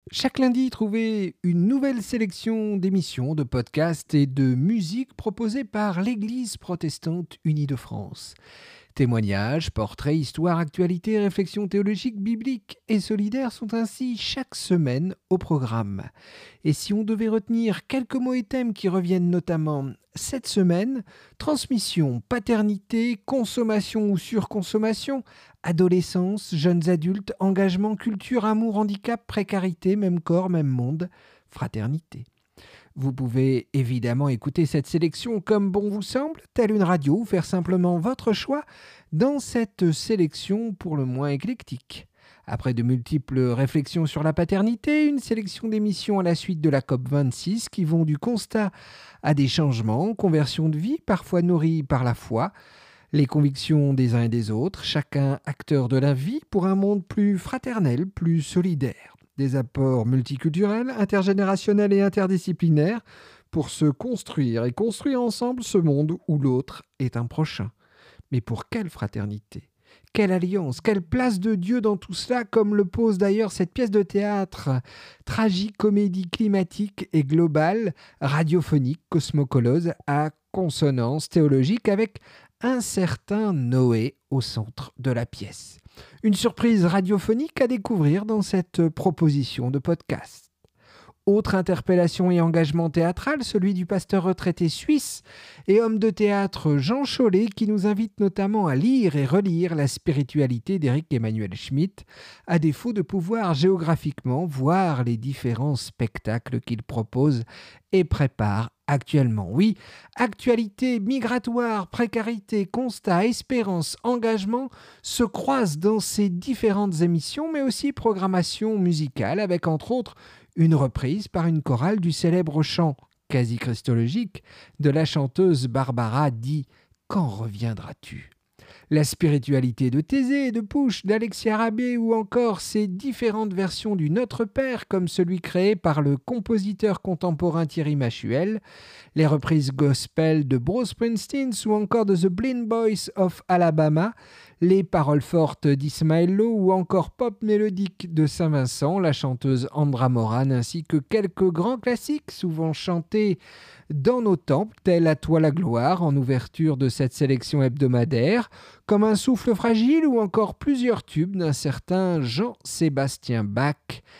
Chaque lundi, trouvez une nouvelle sélection d'émissions, de podcasts et de musique proposées par l'Église protestante unie de France. Témoignages, portraits, histoires, actualités, réflexions théologiques, bibliques et solidaires sont ainsi chaque semaine au programme. Et si on devait retenir quelques mots et thèmes qui reviennent notamment cette semaine, transmission, paternité, consommation ou surconsommation, adolescence, jeunes adultes, engagement, culture, amour, handicap, précarité, même corps, même monde, fraternité. Vous pouvez évidemment écouter cette sélection comme bon vous semble, telle une radio, ou faire simplement votre choix dans cette sélection pour le moins éclectique. Après de multiples réflexions sur la paternité, une sélection d'émissions à la suite de la COP26 qui vont du constat à des changements, conversions de vie, parfois nourries par la foi, les convictions des uns et des autres, chacun acteur de la vie pour un monde plus fraternel, plus solidaire. Des apports multiculturels, intergénérationnels et interdisciplinaires pour se construire et construire ensemble ce monde où l'autre est un prochain. Mais pour quelle fraternité ? Quelle alliance ? Quelle place de Dieu dans tout cela, comme le pose d'ailleurs cette pièce de théâtre, tragicomédie climatique et globale, radiophonique, cosmocolose, à consonance théologique avec un certain Noé au centre de la pièce. Une surprise radiophonique à découvrir dans cette proposition de podcast. Autre interpellation et engagement théâtral, celui du pasteur retraité suisse et homme de théâtre Jean Chollet qui nous invite notamment à lire et relire la spiritualité d'Éric Emmanuel Schmitt, à défaut de pouvoir géographiquement voir les différents spectacles qu'il propose et prépare actuellement. Oui, actualité migratoire, précarité, constat, espérance, engagement se croisent dans ces différentes émissions, mais aussi programmation musicale avec entre autres une reprise par une chorale du célèbre chant quasi christologique de la chanteuse Barbara dit « Quand reviendras-tu » ? La spiritualité de Thésée, de Pouche, d'Alexia Rabé ou encore ses différentes versions du Notre Père comme celui créé par le compositeur contemporain Thierry Machuel, les reprises gospel de Bruce Springsteen ou encore de The Blind Boys of Alabama, les paroles fortes d'Ismaël Lo ou encore pop mélodique de Saint-Vincent, la chanteuse Andra Moran, ainsi que quelques grands classiques souvent chantés dans nos temples, tels À toi la gloire en ouverture de cette sélection hebdomadaire, comme Un souffle fragile ou encore plusieurs tubes d'un certain Jean-Sébastien Bach.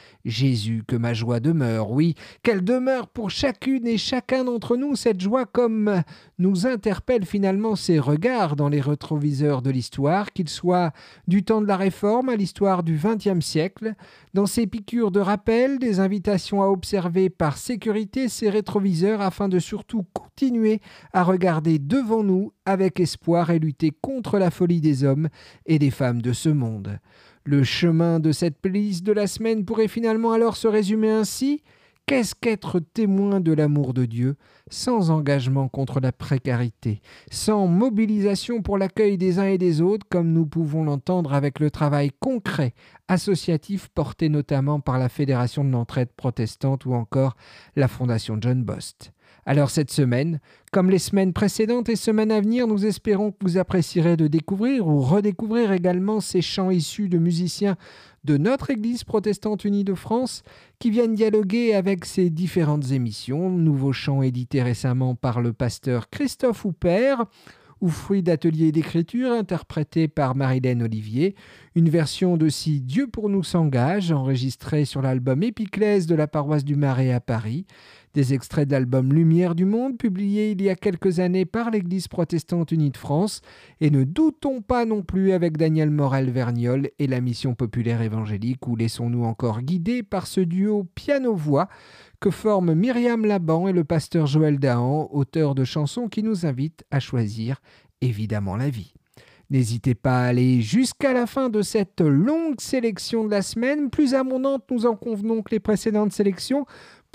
Jésus, que ma joie demeure, oui, qu'elle demeure pour chacune et chacun d'entre nous, cette joie comme nous interpelle finalement ses regards dans les rétroviseurs de l'histoire, qu'ils soient du temps de la Réforme à l'histoire du XXe siècle, dans ces piqûres de rappel, des invitations à observer par sécurité ces rétroviseurs afin de surtout continuer à regarder devant nous avec espoir et lutter contre la folie des hommes et des femmes de ce monde. Le chemin de cette playlist de la semaine pourrait finalement alors se résumer ainsi. Qu'est-ce qu'être témoin de l'amour de Dieu sans engagement contre la précarité, sans mobilisation pour l'accueil des uns et des autres, comme nous pouvons l'entendre avec le travail concret, associatif porté notamment par la Fédération de l'entraide protestante ou encore la Fondation John Bost. Alors cette semaine, comme les semaines précédentes et semaines à venir, nous espérons que vous apprécierez de découvrir ou redécouvrir également ces chants issus de musiciens de notre Église protestante unie de France qui viennent dialoguer avec ces différentes émissions. Nouveaux chants édités récemment par le pasteur Christophe Houpert, ou fruit d'ateliers d'écriture interprété par Marilène Olivier, une version de Si Dieu pour nous s'engage, enregistrée sur l'album Épiclèse de la paroisse du Marais à Paris, des extraits de l'album Lumière du Monde, publié il y a quelques années par l'Église protestante unie de France, et ne doutons pas non plus avec Daniel Morel-Vergnol et la Mission populaire évangélique, où laissons-nous encore guider par ce duo piano-voix que forment Myriam Laban et le pasteur Joël Dahan, auteurs de chansons qui nous invitent à choisir évidemment la vie. N'hésitez pas à aller jusqu'à la fin de cette longue sélection de la semaine, plus abondante, nous en convenons, que les précédentes sélections,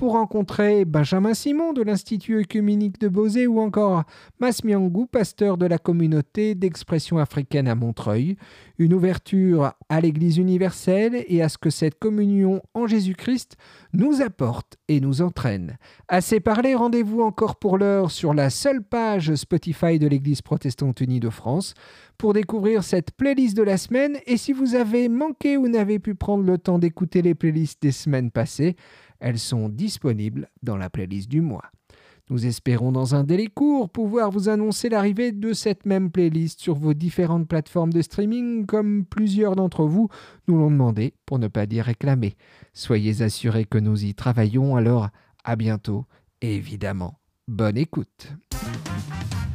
pour rencontrer Benjamin Simon de l'Institut œcuménique de Beauvais ou encore Mas Miangou, pasteur de la communauté d'expression africaine à Montreuil. Une ouverture à l'Église universelle et à ce que cette communion en Jésus-Christ nous apporte et nous entraîne. Assez parlé, rendez-vous encore pour l'heure sur la seule page Spotify de l'Église protestante unie de France pour découvrir cette playlist de la semaine. Et si vous avez manqué ou n'avez pu prendre le temps d'écouter les playlists des semaines passées, elles sont disponibles dans la playlist du mois. Nous espérons dans un délai court pouvoir vous annoncer l'arrivée de cette même playlist sur vos différentes plateformes de streaming comme plusieurs d'entre vous nous l'ont demandé pour ne pas dire réclamé. Soyez assurés que nous y travaillons, alors à bientôt et évidemment, bonne écoute.